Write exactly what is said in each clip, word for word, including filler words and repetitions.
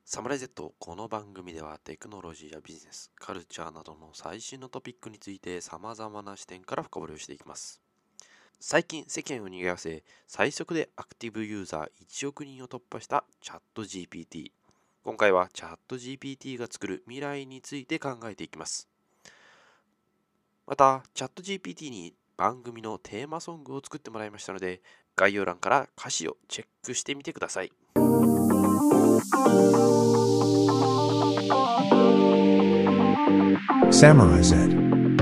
サムライ Z、この番組ではテクノロジーやビジネス、カルチャーなどの最新のトピックについて様々な視点から深掘りをしていきます。最近世間を賑わせ、最速でアクティブユーザーいちおく人を突破したチャット ジーピーティー。今回はチャット ジーピーティー が作る未来について考えていきます。また、チャット ジーピーティー に番組のテーマソングを作ってもらいましたので、概要欄から歌詞をチェックしてみてください。 Samurai Z.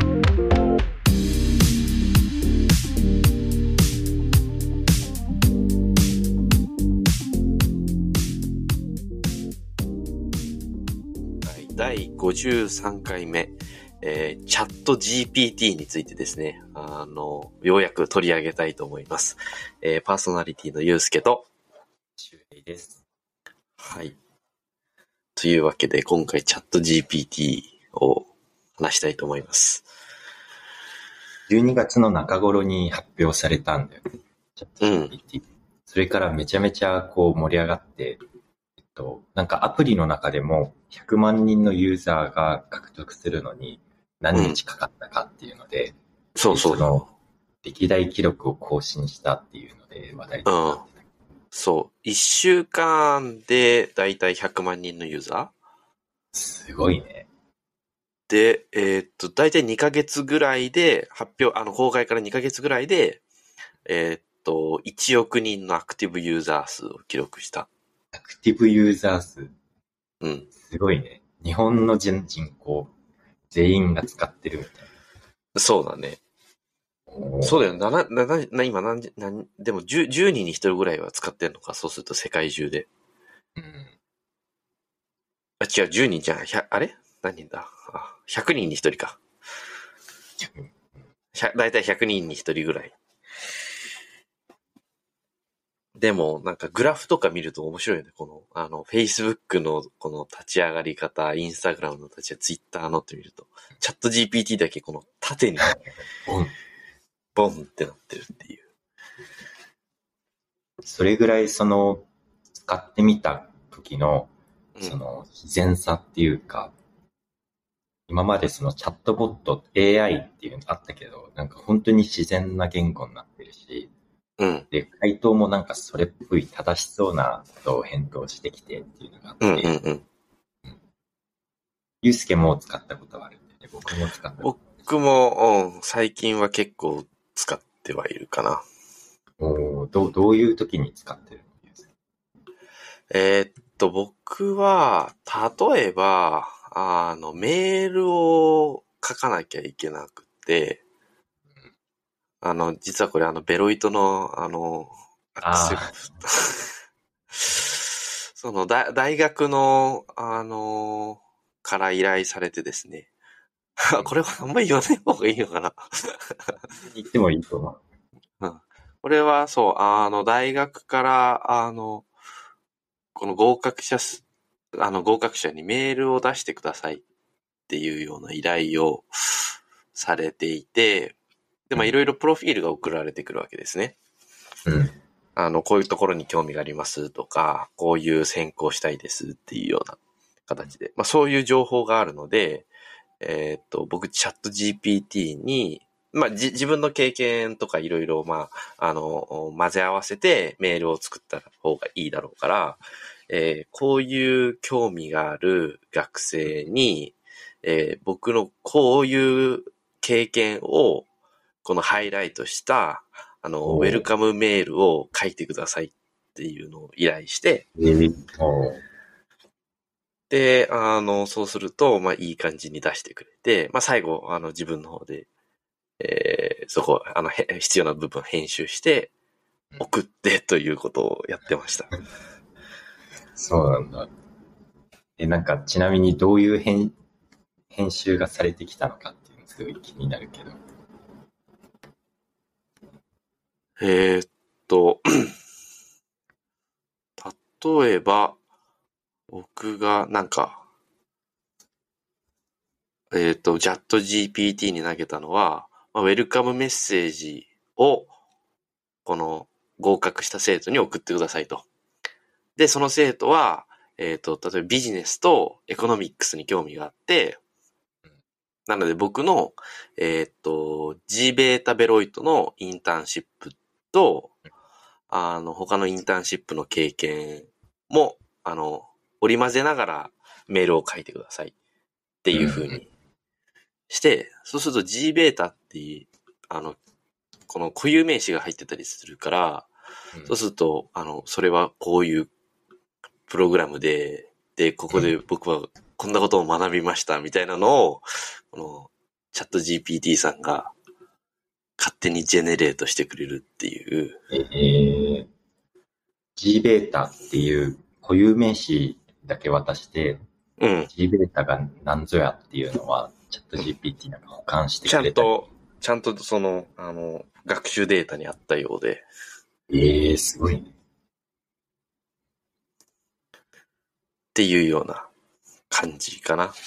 だいごじゅうさんかいめ、えー、チャット ジーピーティー についてですね、あの、ようやく取り上げたいと思います。えー、パーソナリティのゆうすけと、 周平です。 はい。というわけで、今回チャット ジーピーティー を話したいと思います。 じゅうにがつの中頃に発表されたんだよね。チャット ジーピーティー。うん、それからめちゃめちゃこう盛り上がって、えっと、なんかアプリの中でもひゃくまん人のユーザーが獲得するのに何日かかったかっていうので、うん、 そうそう。 その歴代記録を更新したっていうので話題になってた。 うん、そう。いっしゅうかんでだいたいひゃくまん人のユーザー？ すごいね。 で、えー、っと、だいたいにかげつぐらいで、発表、あの、公開からにかげつぐらいで、えー、っと、いちおく人のアクティブユーザー数を記録した。 アクティブユーザー数。 うん。 すごいね。日本の人口、全員が使ってるみたいな。そうだね。そうだよ。な、な、な、な、今何、何、でもじゅう、じゅうにんにひとりぐらいは使ってんのか。そうすると世界中で。 うん。 あ、違う、じゅうにんじゃん。ひゃ、あれ何人だあ、ひゃくにんにひとりか。だいたいひゃくにんにひとりぐらい。でも、なんかグラフとか見ると面白いよね。この、あの、Facebook のこの立ち上がり方、Instagram の立ち上がり、Twitter のって見ると、チャット ジーピーティー だけこの縦に、 ボン、 ボンってなってるっていう。 それぐらいその、使ってみた時の、その、自然さっていうか、うん、今までそのチャットボット、エーアイ っていうのあったけど、なんか本当に自然な言語になってるし、 うん。 で、回答もなんかそれっぽい正しそうなことを返答してきてっていうのがあって、 うんうんうん。 うん、ゆうすけも使ったことはあるんで、ね、僕も使ったことある。 僕も、うん、最近は結構使ってはいるかな。 おー、どう、どういう時に使ってるの？ えー、っと、僕は、例えば、あの、メールを書かなきゃいけなくて、あの、実はこれあの、ベロイトの、あの、アクセプそのだ、大学の、あの、から依頼されてですね。これはあんまり言わない方がいいのかな。 言ってもいいと思う。 うん。これはそう、あの、大学から、あの、この合格者す、あの、合格者にメールを出してくださいっていうような依頼をされていて、で、まあ、いろいろプロフィールが送られてくるわけですね。 うん。 あの、こういうところに興味がありますとか、こういう専攻したいですっていうような形で、まあ、そういう情報があるので、えー、っと、僕、チャット ジーピーティー に、まあ、じ、自分の経験とかいろいろ、まあ、あの、混ぜ合わせてメールを作った方がいいだろうから、えー、こういう興味がある学生に、えー、僕のこういう経験を、このハイライトした、あの、ウェルカムメールを書いてくださいっていうのを依頼して、 えー、 で、あの、そうすると、まあ、いい感じに出してくれて、まあ、最後、あの、自分の方で、えー、そこ、あの、必要な部分編集して、送ってということをやってました。 そうなんだ。え、なんか、ちなみにどういう編、編集がされてきたのかっていうのすごい気になるけど。 えー、っと、例えば、僕がなんか、えー、っと、チャット ジーピーティー に投げたのは、まあ、ウェルカムメッセージを、この合格した生徒に送ってくださいと。で、その生徒は、 えっと、例えばビジネスとエコノミックスに興味があって、なので僕の、えっと、G ベータベロイトのインターンシップと、あの、他のインターンシップの経験も、あの、織り交ぜながらメールを書いてくださいっていう風にして、そうすると G ベータっていう、あの、この固有名詞が入ってたりするから、そうすると、あの、それはこういうプログラムで、で、ここで僕はこんなことを学びましたみたいなのを、このチャット ジーピーティー さんが勝手にジェネレートしてくれるっていう。 えー、G ベータっていう固有名詞だけ渡して、 うん。 G ベータが何ぞやっていうのは、チャット ジーピーティー なんか保管してちゃくれたり。 んと、ちゃんとその、あの、学習データにあったようで。 ええー、すごいね。 っていうような感じかな。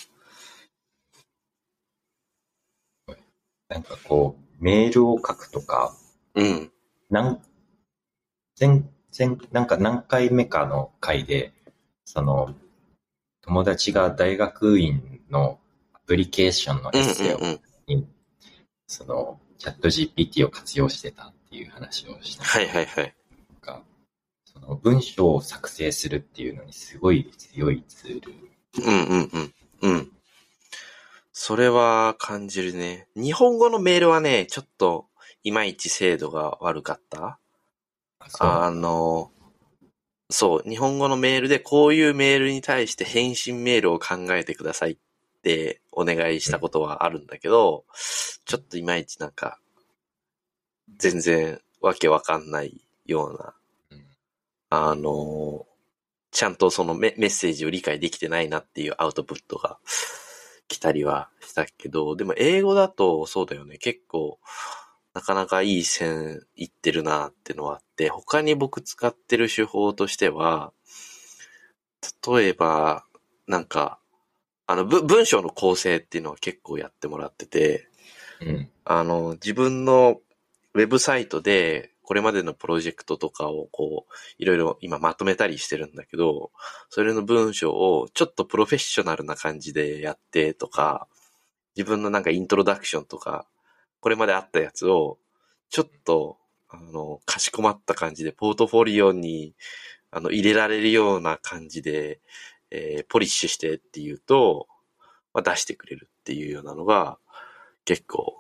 なんかこう、メールを書くとか、 うん。 なん、前、前、なんか何回目かの回で、その、友達が大学院のアプリケーションのエッセイを、 うんうんうん、 その、チャット ジーピーティー を活用してたっていう話をした。 はいはいはい。 かその文章を作成するっていうのにすごい強いツール。 うんうんうん。うん。それは感じるね。日本語のメールはね、ちょっといまいち精度が悪かった。あ, あの、そう、日本語のメールでこういうメールに対して返信メールを考えてくださいってお願いしたことはあるんだけど、うん、ちょっといまいちなんか、全然わけわかんないような、うん、あの、ちゃんとそのメッセージを理解できてないなっていうアウトプットが来たりはしたけど、でも英語だとそうだよね。結構、なかなかいい線いってるなってのはあって、他に僕使ってる手法としては、例えば、なんか、あの、文章の構成っていうのは結構やってもらってて、 うん、 あの、自分のウェブサイトで、これまでのプロジェクトとかをこう、いろいろ今まとめたりしてるんだけど、それの文章をちょっとプロフェッショナルな感じでやってとか、自分のなんかイントロダクションとか、これまであったやつを、ちょっと、あの、かしこまった感じで、ポートフォリオに、あの、入れられるような感じで、えー、ポリッシュしてっていうと、まあ、出してくれるっていうようなのが、結構、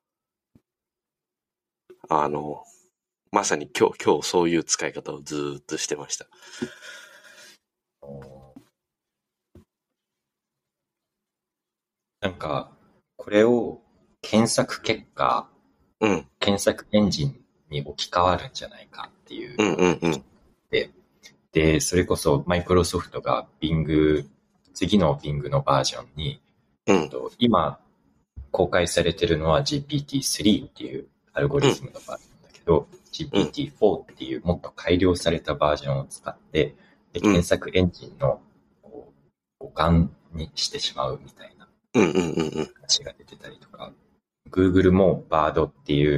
あの、まさに今日、今日そういう使い方をずーっとしてました。 なんか、これを検索結果、 うん。 検索エンジンに置き換わるんじゃないかっていう。 うんうんうん。 で、で、それこそマイクロソフトが Bing、次の Bing のバージョンに、 うん、 えっと、今公開されてるのは ジーピーティースリー っていうアルゴリズムのバージョンだけど、うん、ジーピーティーフォー っていうもっと改良されたバージョンを使って、で検索エンジンのこう互換にしてしまうみたいな話が出てたりとか、Google も Bard っていう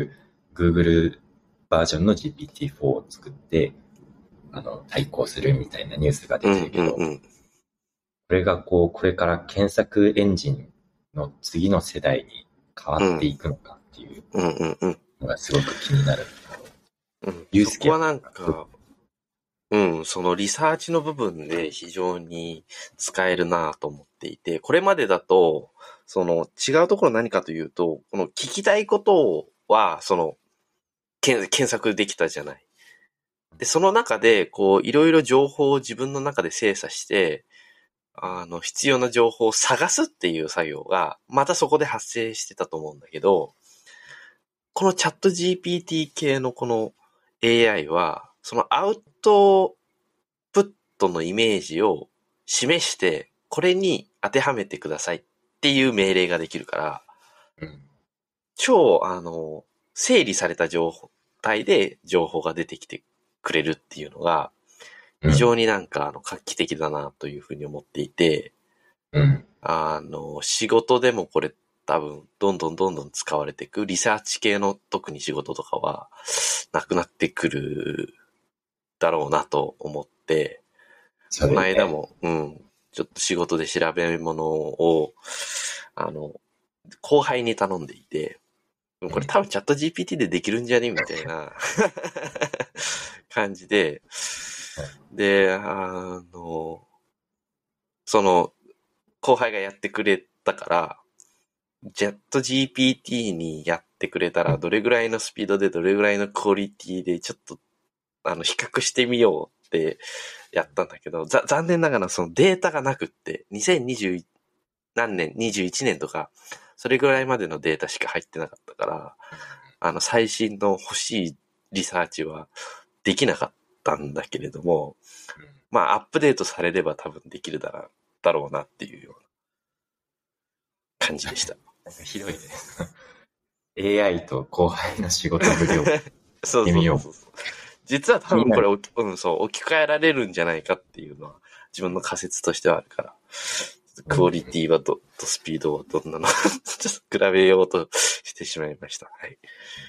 Google バージョンの ジーピーティーフォー を作って、あの、対抗するみたいなニュースが出てるけど、 うんうんうん、 これがこう、これから検索エンジンの次の世代に変わっていくのかっていうのがすごく気になる。 うん、ユースケはなんか、うん、そのリサーチの部分で非常に使えるなと思っていて、これまでだと、その違うところ何かというと、この聞きたいことは、その、検索できたじゃない。で、その中で、こう、いろいろ情報を自分の中で精査して、あの、必要な情報を探すっていう作業が、またそこで発生してたと思うんだけど、このチャット ジーピーティー 系のこの エーアイ は、そのアウトプットのイメージを示して、これに当てはめてくださいっていう命令ができるから、うん、超、あの、整理された状態で情報が出てきてくれるっていうのが、非常になんか、あの、画期的だなというふうに思っていて、うん、あの、仕事でもこれ多分、どんどんどんどん使われていく、リサーチ系の特に仕事とかは、なくなってくるだろうなと思って、 それね、 この間も、うん、ちょっと仕事で調べ物を、あの、後輩に頼んでいて、これ多分チャット ジーピーティー でできるんじゃねみたいな感じで、で、あの、その、後輩がやってくれたから、チャット ジーピーティー にやってくれたら、どれぐらいのスピードでどれぐらいのクオリティでちょっと、あの、比較してみようってやったんだけど、ざ残念ながらそのデータがなくって、にせんにじゅう何年、にじゅういちねんとか、それぐらいまでのデータしか入ってなかったから、あの、最新の欲しいリサーチはできなかったんだけれども、まあ、アップデートされれば多分できるだろうだろうなっていうような感じでした。 ひどいね。エーアイ と後輩の仕事ぶりをそうそうそうそう。実は多分これ、うん、そう、置き換えられるんじゃないかっていうのは、自分の仮説としてはあるから、クオリティはど、とスピードはどんなのちょっと比べようとしてしまいました。はい。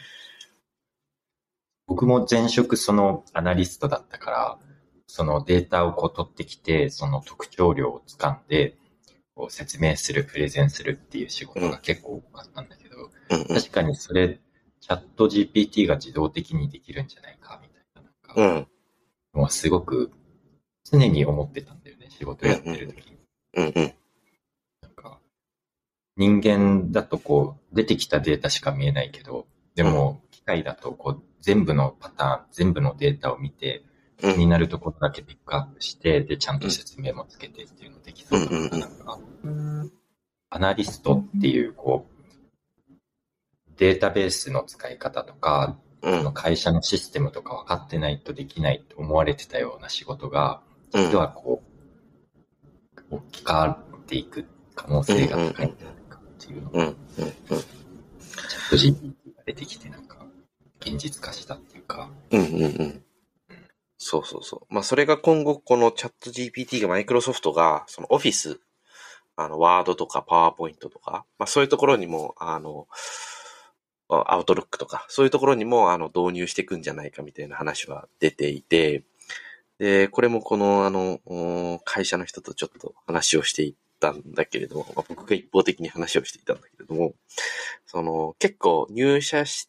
僕も前職そのアナリストだったから、そのデータをこう取ってきて、その特徴量をつかんで、こう説明する、プレゼンするっていう仕事が結構多かったんだけど、うんうん、確かにそれ、チャット ジーピーティー が自動的にできるんじゃないか、みたいな、なんか、うん、もうすごく常に思ってたんだよね、仕事やってる時に。 うんうん、 なんか、人間だとこう、出てきたデータしか見えないけど、でも、機械だとこう、全部のパターン、全部のデータを見て、気になるところだけピックアップして、で、ちゃんと説明もつけてっていうのできそうだから、なんか、アナリストっていう、こう、データベースの使い方とか、その会社のシステムとか分かってないとできないと思われてたような仕事が、実はこう、置き換わっていく可能性が高いんじゃないかっていうのが、チャット ジーピーティー が出てきて、なんか、現実化したっていうか、 うんうんうん。そうそうそう。まあ、それが今後、このチャット ジーピーティー がマイクロソフトが、そのオフィス、あの、ワードとかパワーポイントとか、まあ、そういうところにも、あの、アウトロックとか、そういうところにも、あの、導入していくんじゃないかみたいな話は出ていて、で、これもこの、あの、会社の人とちょっと話をしていったんだけれども、まあ、僕が一方的に話をしていたんだけれども、その、結構入社して、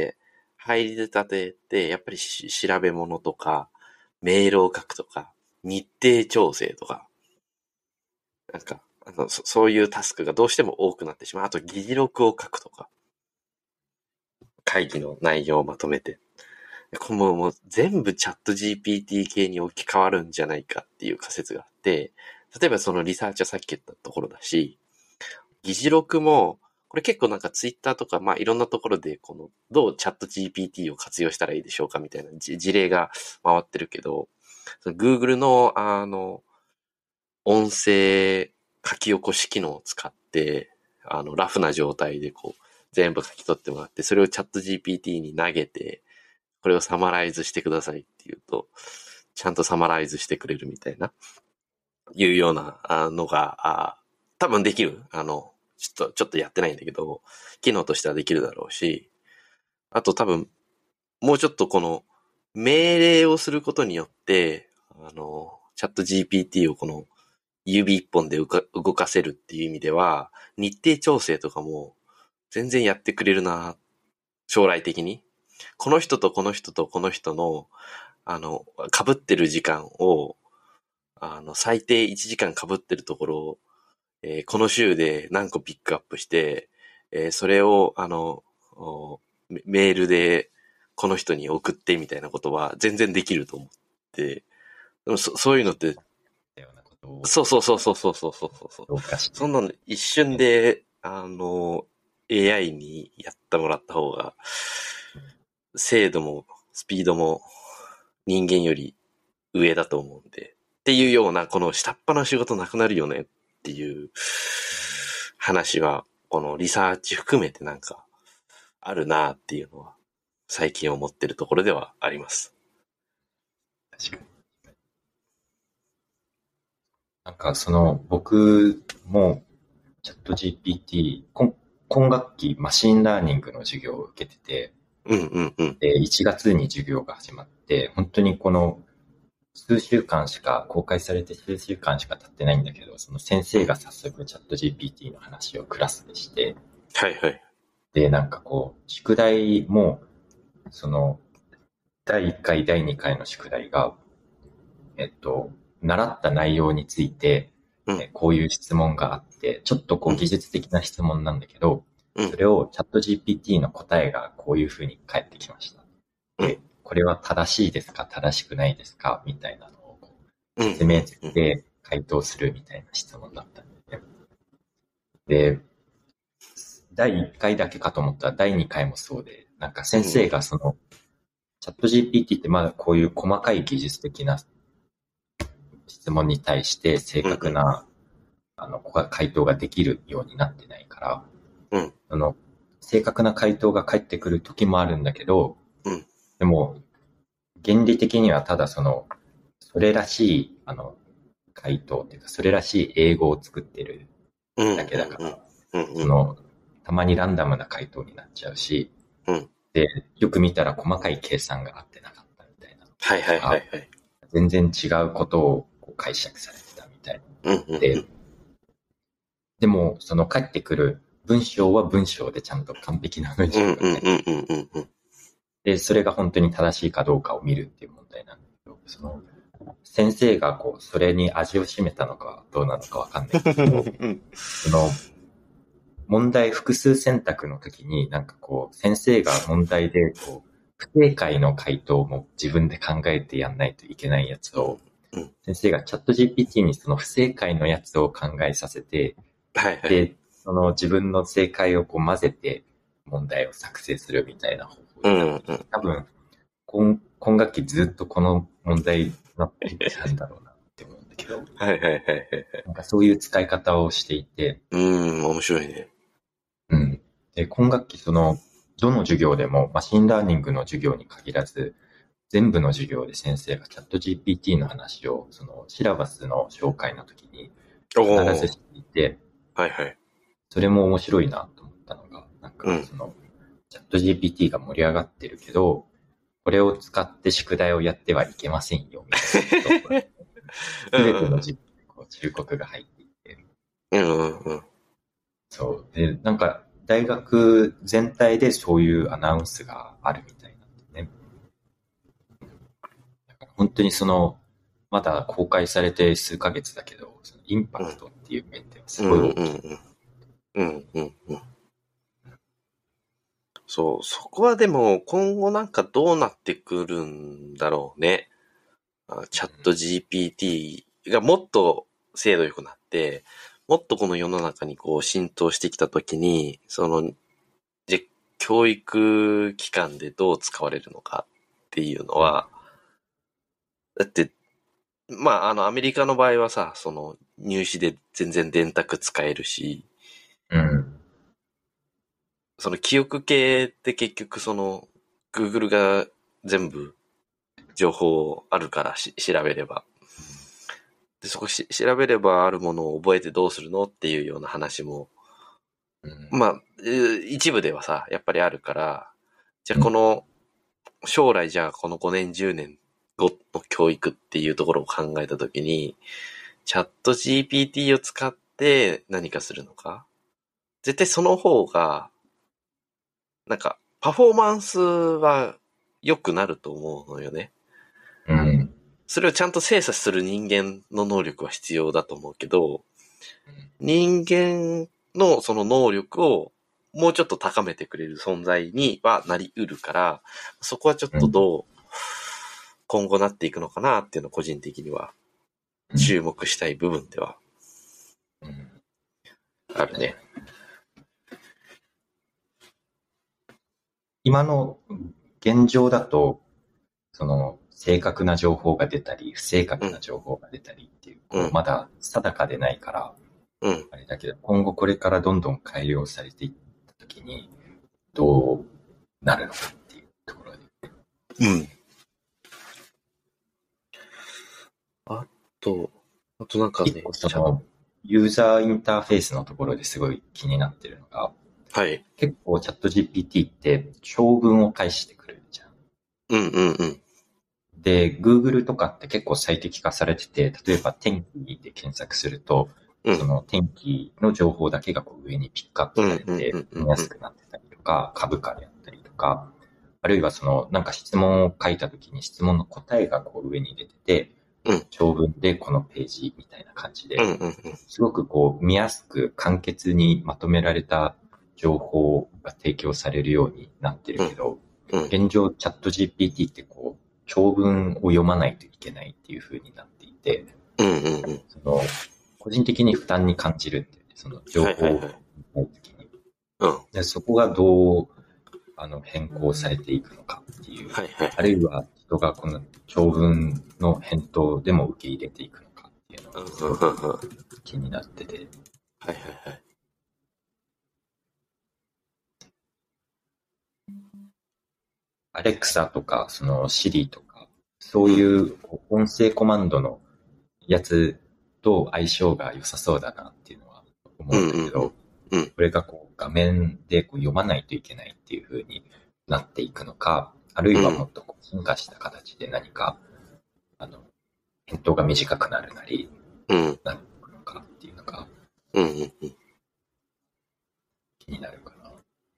入りたてって、やっぱり調べ物とか、メールを書くとか、日程調整とか、なんか、あのそ、そういうタスクがどうしても多くなってしまう。あと、議事録を書くとか、会議の内容をまとめて。これももう全部チャット ジーピーティー 系に置き換わるんじゃないかっていう仮説があって、例えばそのリサーチはさっき言ったところだし、議事録も、これ結構なんかツイッターとか、まあいろんなところで、この、どうチャット ジーピーティー を活用したらいいでしょうかみたいな事例が回ってるけど、その Google の、あの、音声書き起こし機能を使って、あの、ラフな状態でこう、全部書き取ってもらって、それをチャット ジーピーティー に投げて、これをサマライズしてくださいっていうと、ちゃんとサマライズしてくれるみたいな、いうようなのが、あ多分できる。あの、ちょっと、ちょっとやってないんだけど、機能としてはできるだろうし、あと多分、もうちょっとこの、命令をすることによって、あの、チャット ジーピーティー をこの、指一本で動かせるっていう意味では、日程調整とかも、全然やってくれるな、将来的に。この人とこの人とこの人の、あの、被ってる時間を、あの、最低いちじかん被ってるところを、えー、この週で何個ピックアップして、えー、それを、あの、メールでこの人に送ってみたいなことは全然できると思って、でも そ, そういうのって、そうそうそうそうそうそうそうそう。そんなの一瞬で、あの、エーアイ にやってもらった方が、精度もスピードも人間より上だと思うんで、っていうような、この下っ端の仕事なくなるよねっていう話は、このリサーチ含めてなんか、あるなっていうのは、最近思ってるところではあります。 確かに。なんかその、僕も、チャット ジーピーティー、今、今学期マシンラーニングの授業を受けてて、 うんうんうん。 で、いちがつに授業が始まって、本当にこの、 数週間しか、公開されて数週間しか経ってないんだけど、その先生が早速チャット ジーピーティー の話をクラスでして、 はいはい。 で、なんかこう、宿題も、その、だいいっかい、だいにかいの宿題が、えっと、習った内容について、 うん。 えこういう質問があって、ちょっとこうん。 う技術的な質問なんだけど、 うん。 それをチャット ジーピーティー の答えがこういう風に返ってきました。 うん。 で、これは正しいですか正しくないですかみたいなのをこううん。 説明うん。 で回答するみたいな質問だったんで、で、だいいっかいだけかと思ったらだいにかいもそうで、なんか先生がその、チャット ジーピーティー ってまだこういう細かい技術的な質問に対して正確な、あの、回答ができるようになってないから、 うん。 あの、正確な回答が返ってくる時もあるんだけど、 うん。 でも、原理的にはただその、それらしい、あの、回答っていうか、それらしい英語を作ってるだけだから、 うん。うん。 その、たまにランダムな回答になっちゃうし、 うん。 で、よく見たら細かい計算が合ってなかったみたいな。 はいはいはいはい。 全然違うことを解釈されてたみたいな。 うん。うん。 で、でも、その返ってくる文章は文章でちゃんと完璧な文章が返ってくる。で、それが本当に正しいかどうかを見るっていう問題なんだけど、その、先生がこう、それに味を占めたのかどうなのかわかんないけど、その、問題複数選択の時に、なんかこう、先生が問題で、こう、不正解の回答も自分で考えてやんないといけないやつを、先生がチャット ジーピーティー にその不正解のやつを考えさせて、 はいはい、 で、その自分の正解をこう混ぜて問題を作成するみたいな方法になって、うんうん、多分今、今学期ずっとこの問題になってたんだろうなって思うんだけど、 はいはいはいはい。 なんかそういう使い方をしていて、 うーん、面白いね。 うん。で、今学期その、どの授業でもマシンラーニングの授業に限らず、全部の授業で先生がチャット ジーピーティー の話を、そのシラバスの紹介の時に必ずしていて、 はいはい。 それも面白いなと思ったのが、なんかその、うん、チャット ジーピーティー が盛り上がってるけど、これを使って宿題をやってはいけませんよ、みたいなこと。すべての授業に忠告が入っていて。 うんうんうん。 そう。で、なんか、大学全体でそういうアナウンスがあるみたいなんでね。だから本当にその、まだ公開されて数ヶ月だけど、そのインパクトっていう面ではすごい大きい。 うんうんうん。そう、そこはでも今後なんかどうなってくるんだろうね。チャット ジーピーティー がもっと精度良くなって、もっとこの世の中にこう浸透してきたときに、その、で、教育機関でどう使われるのかっていうのは、だって、まあ、あの、アメリカの場合はさ、その、入試で全然電卓使えるし、 うん。 その記憶系って結局その、Google が全部情報あるからし調べれば。で、そこし調べればあるものを覚えてどうするのっていうような話も、うん、まあ、一部ではさ、やっぱりあるから、じゃあこの、将来じゃあこのごねんじゅうねんごの教育っていうところを考えたときに、チャット ジーピーティー を使って何かするのか、絶対その方が、なんか、パフォーマンスは良くなると思うのよね。 うん。 それをちゃんと精査する人間の能力は必要だと思うけど、人間のその能力をもうちょっと高めてくれる存在にはなり得るから、そこはちょっとどう今後なっていくのかなっていうのを個人的には注目したい部分ではあるね。 今の現状だと、その正確な情報が出たり、不正確な情報が出たりっていう、うん、こうまだ定かでないから、うん、あれだけど、今後これからどんどん改良されていったときに、どうなるのかっていうところで。 うん。あと、あとなんかね、 そのユーザーインターフェースのところですごい気になってるのが、 はい。 結構チャット ジーピーティー って長文を返してくるじゃん。 うんうんうん。 で、Google とかって結構最適化されてて、例えば天気で検索すると、 うん、 その天気の情報だけがこう上にピックアップされて見やすくなってたりとか、株価であったりとか、あるいはそのなんか質問を書いたときに質問の答えがこう上に出てて、 うん、 長文でこのページみたいな感じでうん、うん、 すごくこう見やすく簡潔にまとめられた情報が提供されるようになってるけど、 うん、 現状チャット ジーピーティー ってこう長文を読まないといけないっていう風になっていて、 うん、うん、うん。 その個人的に負担に感じるっていう、その情報を見たい時に、 うん。 でそこがどうあの変更されていくのかっていう、 はいはい。 あるいは人がこの長文の返答でも受け入れていくのかっていうのがすごく気になってて。 はいはいはい。 アレクサとか、その Siri とか、そういう音声コマンドのやつと相性が良さそうだなっていうのは思うんだけど、 うん、 これがこう画面でこう読まないといけないっていう風になっていくのか、あるいはもっとこう進化した形で何か、あの、返答が短くなるなり、 うん、 なるのかっていうのがうん、うん、うん。 気になるかな。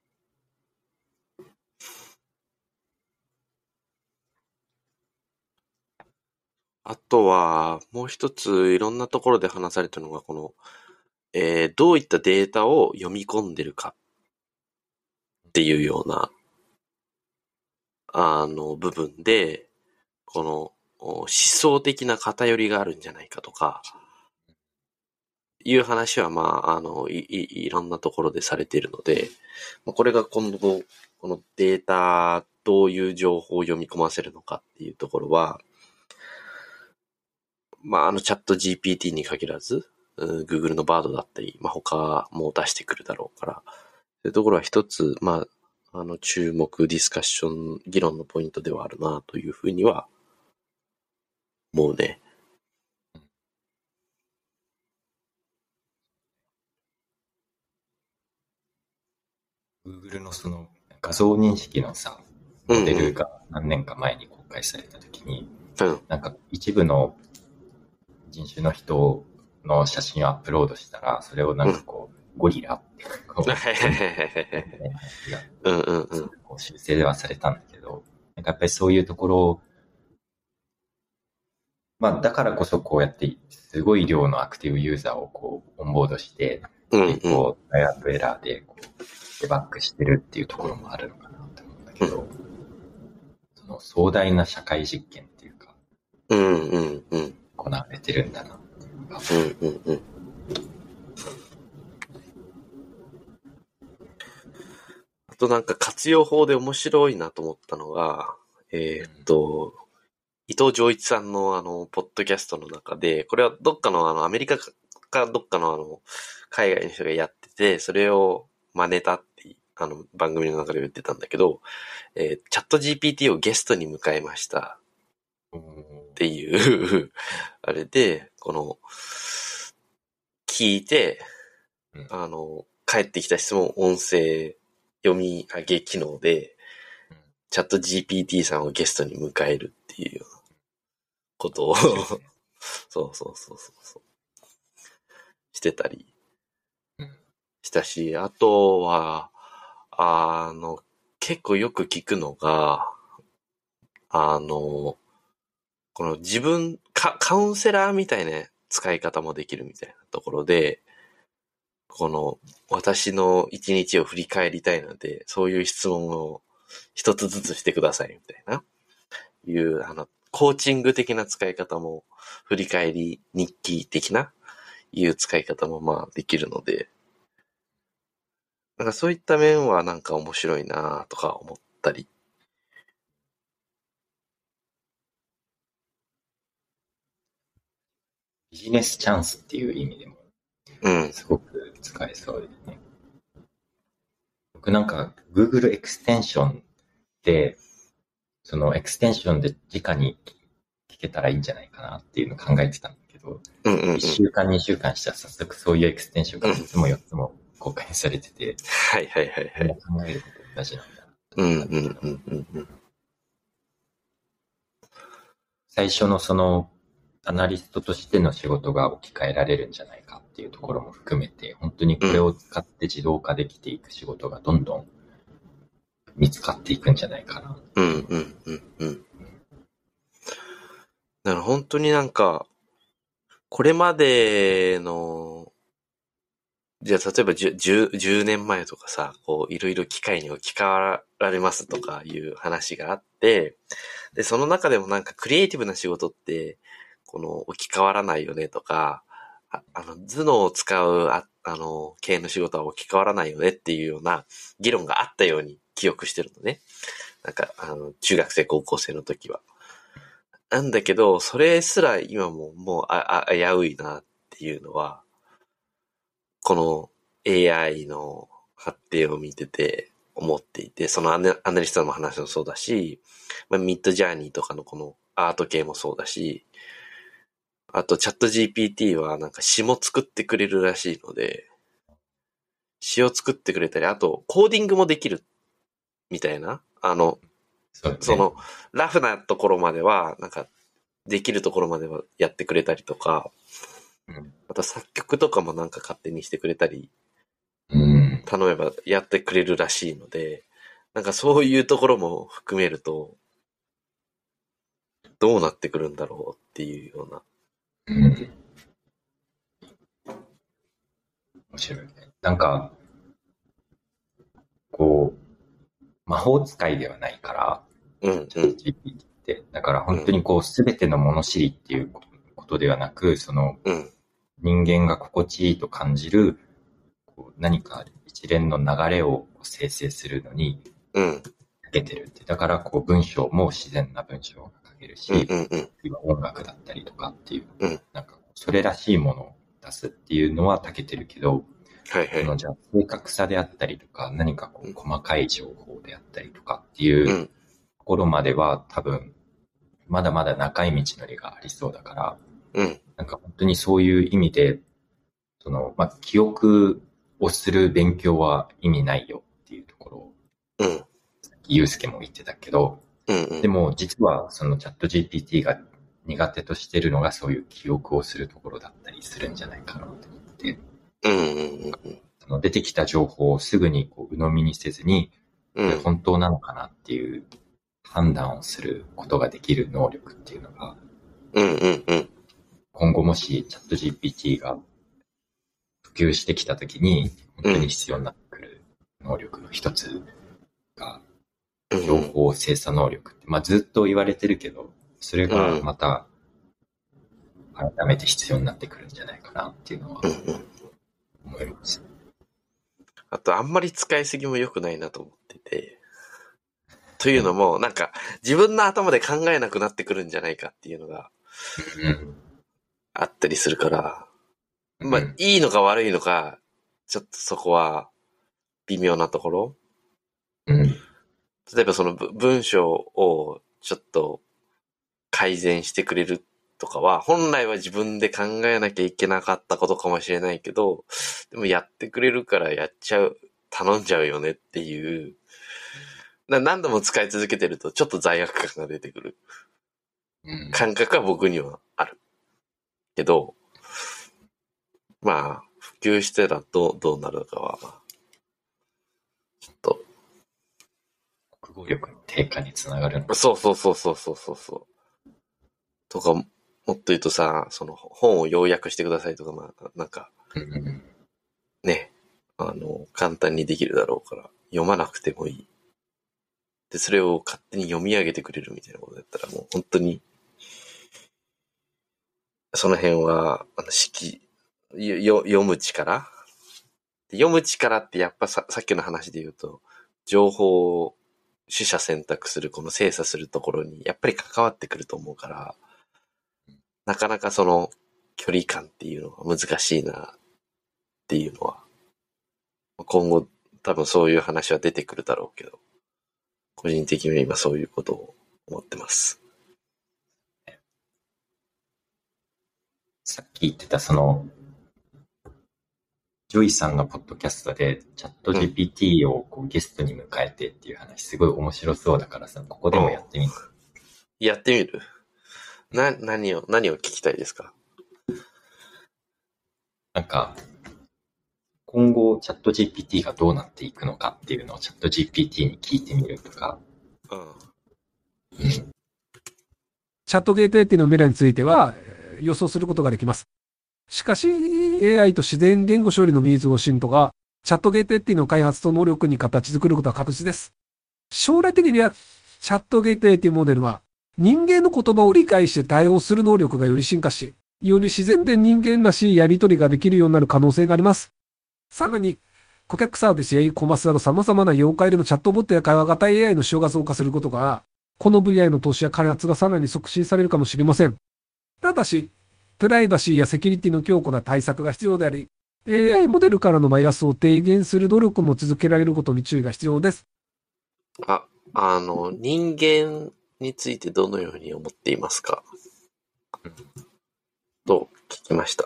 あとは、もう一ついろんなところで話されたのが、この、えー、どういったデータを読み込んでるかっていうような、あの、部分で、この、思想的な偏りがあるんじゃないかとか、いう話は、まあ、あの、い、い、いろんなところでされているので、これが今後、このデータ、どういう情報を読み込ませるのかっていうところは、まあ、あのチャット ジーピーティー に限らず、Google のバードだったり、まあ、他も出してくるだろうから、そういうところは一つ、まあ、あの、注目、ディスカッション、議論のポイントではあるな、というふうには、思うね。 Google のその画像認識のさ、モデルが何年か前に公開されたときに、 うん、 なんか一部の人種の人の写真をアップロードしたら、それをなんかこう、うん、ゴリラってこう、 うんうんうん。 こう修正ではされたんだけど、なんかやっぱりそういうところ、まあだからこそこうやってすごい量のアクティブユーザーをこうオンボードして、 うんうん、 結構タイアップエラーでこうデバッグしてるっていうところもあるのかなと思うんだけど、うん、その壮大な社会実験っていうか、 うんうんうん。 行われてるんだなっていうのが。 うんうんうん。あとなんか活用法で面白いなと思ったのが、えー、っと、うん、伊藤浄一さんのあの、ポッドキャストの中で、これはどっかのあの、アメリカかどっかのあの、海外の人がやってて、それを真似たってあの、番組の中で言ってたんだけど、えー、チャット ジーピーティー をゲストに迎えました。っていうあれで、この、聞いて、あの、返ってきた質問、音声読み上げ機能で、チャット ジーピーティー さんをゲストに迎えるっていうようなことをそうそうそうそうそうしてたりしたし、あとは、あの、結構よく聞くのが、あの、この自分、カ、カウンセラーみたいな使い方もできるみたいなところで、この私の一日を振り返りたいので、そういう質問を一つずつしてくださいみたいな、いう、あの、コーチング的な使い方も、振り返り日記的な、いう使い方もまあできるので、なんかそういった面はなんか面白いなとか思ったり。 ビジネスチャンスっていう意味でも、うん、すごく使えそうですね。僕なんか Google エクステンションで、そのエクステンションで直に聞けたらいいんじゃないかなっていうのを考えてたんだけど、 うんうんうん、いっしゅうかん、にしゅうかんしたら早速そういうエクステンションがみっつもよっつも公開されてて、 はいはいはいはい。 考えること大事なんだ。 うんうんうんうんうん。 最初のその、アナリストとしての仕事が置き換えられるんじゃないかっていうところも含めて、本当にこれを使って自動化できていく仕事がどんどん見つかっていくんじゃないかな。 うん、うん、うん、うん。だから本当になんか、これまでの、じゃあ例えばじゅう、じゅうねんまえとかさ、こういろいろ機械に置き換わられますとかいう話があって、で、その中でもなんかクリエイティブな仕事って、この置き換わらないよねとか、あ, あの、頭脳を使う、ああの、系の仕事は置き換わらないよねっていうような議論があったように記憶してるのね。なんか、あの、中学生、高校生の時は。なんだけど、それすら今ももうああ危ういなっていうのは、この エーアイ の発展を見てて思っていて、そのアナリストの話もそうだし、まあ、ミッドジャーニーとかのこのアート系もそうだし、あとチャット ジーピーティー はなんか詩も作ってくれるらしいので、詩を作ってくれたり、あとコーディングもできるみたいな、あの、 そうね、 そのラフなところまでは、なんかできるところまではやってくれたりとか、 うん、 あと作曲とかもなんか勝手にしてくれたり、 うん、 頼めばやってくれるらしいので、なんかそういうところも含めると、どうなってくるんだろうっていうような。 うん。面白いね。なんか、こう、魔法使いではないから、 うん、 チャット ジーピーティー って。だから本当にこう、すべての物知りっていうことではなく、その、 うん、 人間が心地いいと感じる、こう何か一連の流れを生成するのに、 うん、 長けてるって。だからこう、文章も自然な文章が書けるし、 うん、うん、 今音楽だったりとかっていう、 うん、 なんかそれらしいものを出すっていうのは長けてるけど、 はいはい。 そのじゃあ正確さであったりとか、何かこう細かい情報であったりとかっていうところまでは多分、まだまだ長い道のりがありそうだから、 うん、 なんか本当にそういう意味で、その、まあ、記憶をする勉強は意味ないよっていうところを、 うん、 ゆうすけも言ってたけど、 うん、うん。 でも実はそのチャット ジーピーティー が苦手としてるのがそういう記憶をするところだったりするんじゃないかなと思って、 うん、うん、うん。 その出てきた情報をすぐにこう鵜呑みにせずに、これ本当なのかなっていう判断をすることができる能力っていうのが、 うん、うん、うん。 今後もしチャット ジーピーティー が普及してきたときに、本当に必要になってくる能力の一つが、情報精査能力って、まあずっと言われてるけど、それがまた改めて必要になってくるんじゃないかなっていうのは思います。 あと、あんまり使いすぎも良くないなと思ってて。というのも、なんか、自分の頭で考えなくなってくるんじゃないかっていうのがあったりするから、まあ、いいのか悪いのか、ちょっとそこは微妙なところ。例えばその文章をちょっと改善してくれるとかは、本来は自分で考えなきゃいけなかったことかもしれないけど、でもやってくれるからやっちゃう、頼んじゃうよねっていう、何度も使い続けてるとちょっと罪悪感が出てくる感覚は僕にはある。けど、まあ、普及してたらどう、どうなるのかは、まあ、ちょっと。 国語力の低下につながるの。 そうそうそうそうそうそうそう。とか、もっと言うとさ、その本を要約してくださいとか、まあ、なんか、ね、あの、簡単にできるだろうから、読まなくてもいい。で、それを勝手に読み上げてくれるみたいなことだったら、もう本当に、その辺は、あの、式、よ、読む力読む力ってやっぱさ、さっきの話で言うと、情報を取捨選択する、この精査するところに、やっぱり関わってくると思うから、なかなかその距離感っていうのが難しいなっていうのは、今後多分そういう話は出てくるだろうけど、個人的には今そういうことを思ってます。 さっき言ってたその、ジョイさんのポッドキャストでチャット ジーピーティー をこうゲストに迎えてっていう話すごい面白そうだからさ、ここでもやってみる。 やってみる？ な、何を、何を聞きたいですか？ なんか、今後チャット ジーピーティー がどうなっていくのかっていうのをチャット ジーピーティー に聞いてみるとか。 うん。 チャット ジーピーティー の未来については予想することができます。しかし、エーアイ と自然言語処理の技術を信徒が、チャット ジーピーティー の開発と能力に形作ることは確実です。将来的には、チャット ジーピーティー モデルは、人間の言葉を理解して対応する能力がより進化し、より自然で人間らしいやり取りができるようになる可能性があります。さらに、顧客サービスや e コマースなど様々な業界でのチャットボットや会話型 エーアイ の使用が増加することが、この分野への投資や開発がさらに促進されるかもしれません。ただし、プライバシーやセキュリティの強固な対策が必要であり、エーアイ モデルからのバイアスを低減する努力も続けられることに注意が必要です。 あ、あの、人間についてどのように思っていますか？と聞きました。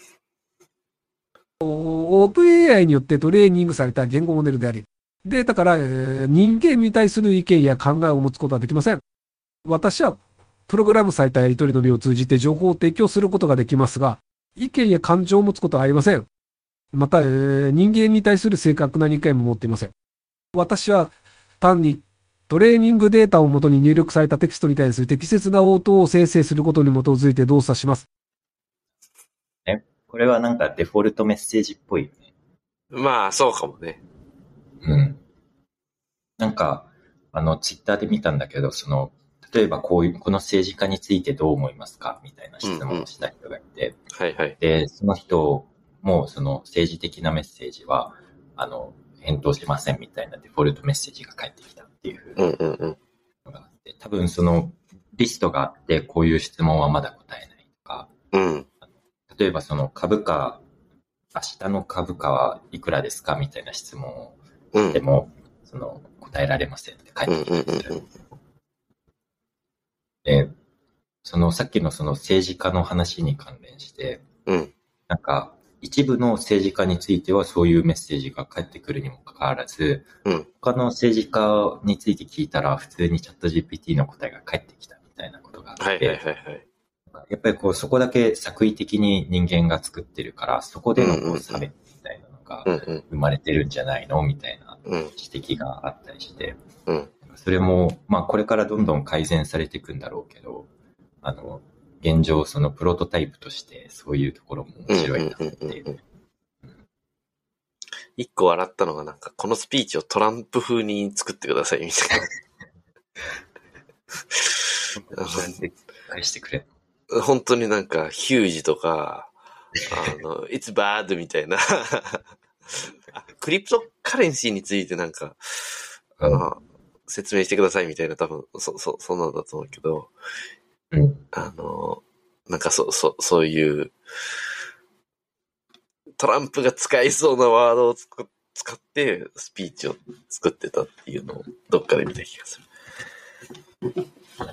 オープン エーアイ によってトレーニングされた言語モデルであり、データから、えー、人間に対する意見や考えを持つことはできません。私は、プログラムされたやり取りのみを通じて情報を提供することができますが、意見や感情を持つことはありません。また、えー、人間に対する正確な理解も持っていません。私は、単にトレーニングデータをもとに入力されたテキストに対する適切な応答を生成することに基づいて動作します。 え、これはなんかデフォルトメッセージっぽいよね。 まあ、そうかもね。 うん。なんか、あの、ツイッターで見たんだけど、その、例えばこういう、この政治家についてどう思いますかみたいな質問をした人がいて、うんうん、 はいはい。 で、その人もその政治的なメッセージは、あの、返答しませんみたいなデフォルトメッセージが返ってきたっていうのがあって、多分そのリストがあって、こういう質問はまだ答えないとか、 うん、 例えばその株価、明日の株価はいくらですかみたいな質問をでも、うん、その答えられませんって返ってきたりする。で、そのさっきのその政治家の話に関連して、 うん、 なんか一部の政治家についてはそういうメッセージが返ってくるにもかかわらず、 うん、 他の政治家について聞いたら普通にチャット ジーピーティー の答えが返ってきたみたいなことがあって、 はいはいはいはい。 やっぱりこうそこだけ作為的に人間が作ってるから、そこでのこう差別みたいなのが生まれてるんじゃないのみたいな指摘があったりして、 うん、 それもまあこれからどんどん改善されていくんだろうけど、あの現状そのプロトタイプとしてそういうところも面白いなっていう。 一個笑ったのがなんかこのスピーチをトランプ風に作ってくださいみたいな。返してくれ。 本当になんかヒュージとか、あの、It's bad みたいなクリプトカレンシーについてなんか、あの、うん、説明してくださいみたいな多分、そ、そ、そんなんだと思うけど、 うん、 あの、なんかそ、そ、そういう、トランプが使いそうなワードをつく使ってスピーチを作ってたっていうのをどっかで見た気がする。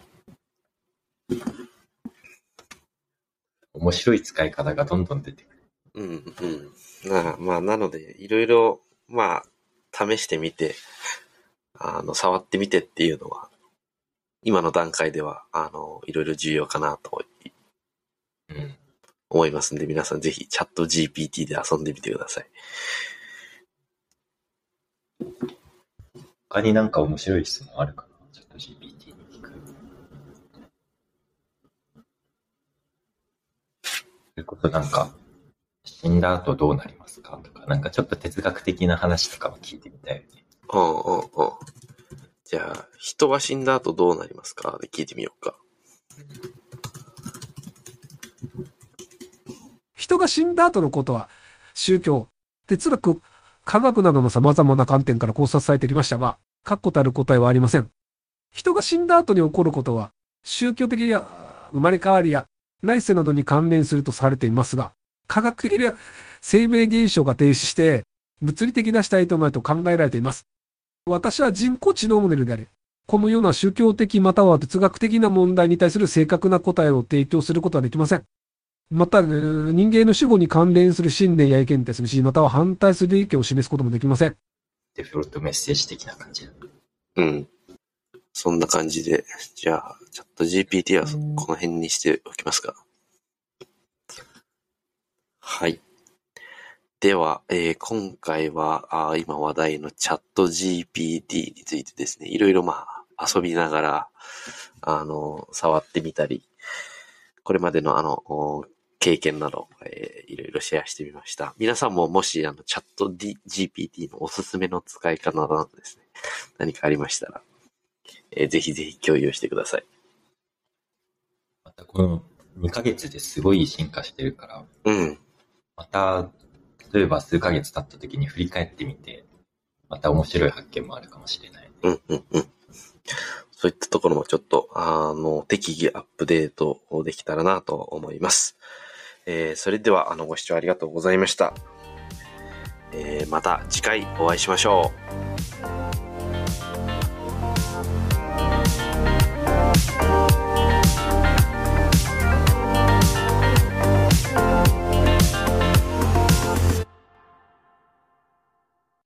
面白い使い方がどんどん出てくる。 うんうん。なまあ、なので、いろいろ、まあ、試してみて、あの、触ってみてっていうのは、今の段階では、あの、いろいろ重要かなと、 うん、 思いますんで、皆さんぜひチャット ジーピーティー で遊んでみてください。 他になんか面白い質問あるかな？チャット ジーピーティー に聞く。ということなんか、死んだ後どうなりますかとか、なんかちょっと哲学的な話とかも聞いてみたいよね。 うんうんうん。じゃあ、人は死んだ後どうなりますかで聞いてみようか。 人が死んだ後のことは、宗教、哲学、科学などの様々な観点から考察されてきましたが、確固たる答えはありません。人が死んだ後に起こることは、宗教的や生まれ変わりや来世などに関連するとされていますが、科学的な生命現象が停止して、物理的な死体となると考えられています。私は人工知能モデルであり、このような宗教的または哲学的な問題に対する正確な答えを提供することはできません。また、人間の死後に関連する信念や意見に対するし、または反対する意見を示すこともできません。 デフォルトメッセージ的な感じだ。 うん。 そんな感じで、じゃあ、チャット ジーピーティー はこの辺にしておきますか。はい。では、えー、今回はあ今話題のチャット ジーピーティー についてですね、いろいろまあ遊びながら、あの、触ってみたり、これまでのあの、経験など、えー、いろいろシェアしてみました。皆さんももしあのチャット ジーピーティー のおすすめの使い方などですね、何かありましたら、えー、ぜひぜひ共有してください。 またこのにかげつですごい進化してるから、 うん。 また、例えば数ヶ月経った時に振り返ってみて、また面白い発見もあるかもしれない。 うんうんうん。そういったところもちょっと、あの、適宜アップデートできたらなと思います。えー、それでは、あの、ご視聴ありがとうございました。えー、また次回お会いしましょう。